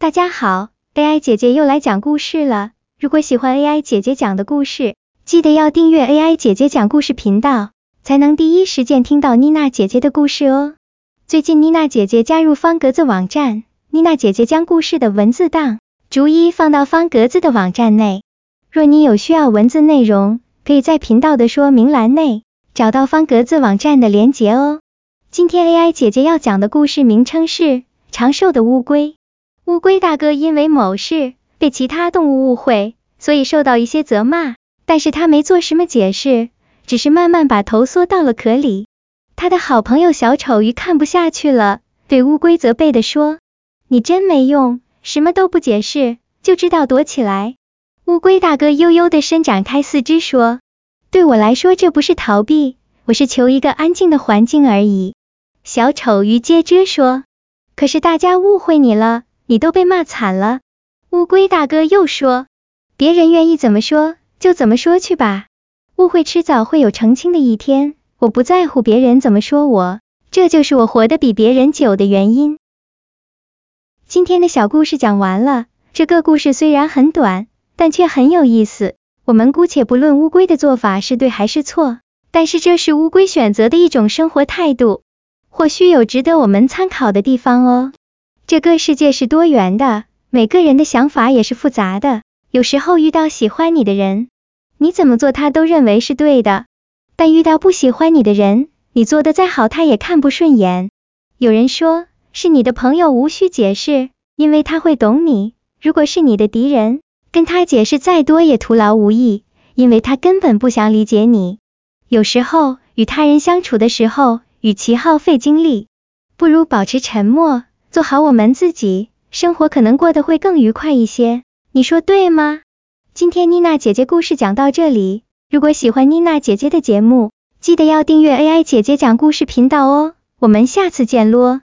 大家好 ，AI 姐姐又来讲故事了。如果喜欢 AI 姐姐讲的故事，记得要订阅 AI 姐姐讲故事频道，才能第一时间听到妮娜姐姐的故事哦。最近妮娜姐姐加入方格子网站，妮娜姐姐将故事的文字档逐一放到方格子的网站内。若你有需要文字内容，可以在频道的说明栏内找到方格子网站的连结哦。今天 AI 姐姐要讲的故事名称是长寿的乌龟。乌龟大哥因为某事被其他动物误会，所以受到一些责骂，但是他没做什么解释，只是慢慢把头缩到了壳里。他的好朋友小丑鱼看不下去了，对乌龟责备地说：“你真没用，什么都不解释，就知道躲起来。”乌龟大哥悠悠地伸展开四肢说：“对我来说这不是逃避，我是求一个安静的环境而已。”小丑鱼接着说：“可是大家误会你了，你都被骂惨了。”乌龟大哥又说：“别人愿意怎么说就怎么说去吧，误会迟早会有澄清的一天，我不在乎别人怎么说我，这就是我活得比别人久的原因。”今天的小故事讲完了，这个故事虽然很短，但却很有意思。我们姑且不论乌龟的做法是对还是错，但是这是乌龟选择的一种生活态度，或许有值得我们参考的地方哦。这个世界是多元的，每个人的想法也是复杂的，有时候遇到喜欢你的人，你怎么做他都认为是对的，但遇到不喜欢你的人，你做的再好他也看不顺眼。有人说，是你的朋友无需解释，因为他会懂你；如果是你的敌人，跟他解释再多也徒劳无益，因为他根本不想理解你。有时候，与他人相处的时候，与其耗费精力，不如保持沉默，做好我们自己，生活可能过得会更愉快一些。你说对吗？今天妮娜姐姐故事讲到这里，如果喜欢妮娜姐姐的节目，记得要订阅 AI 姐姐讲故事频道哦。我们下次见咯。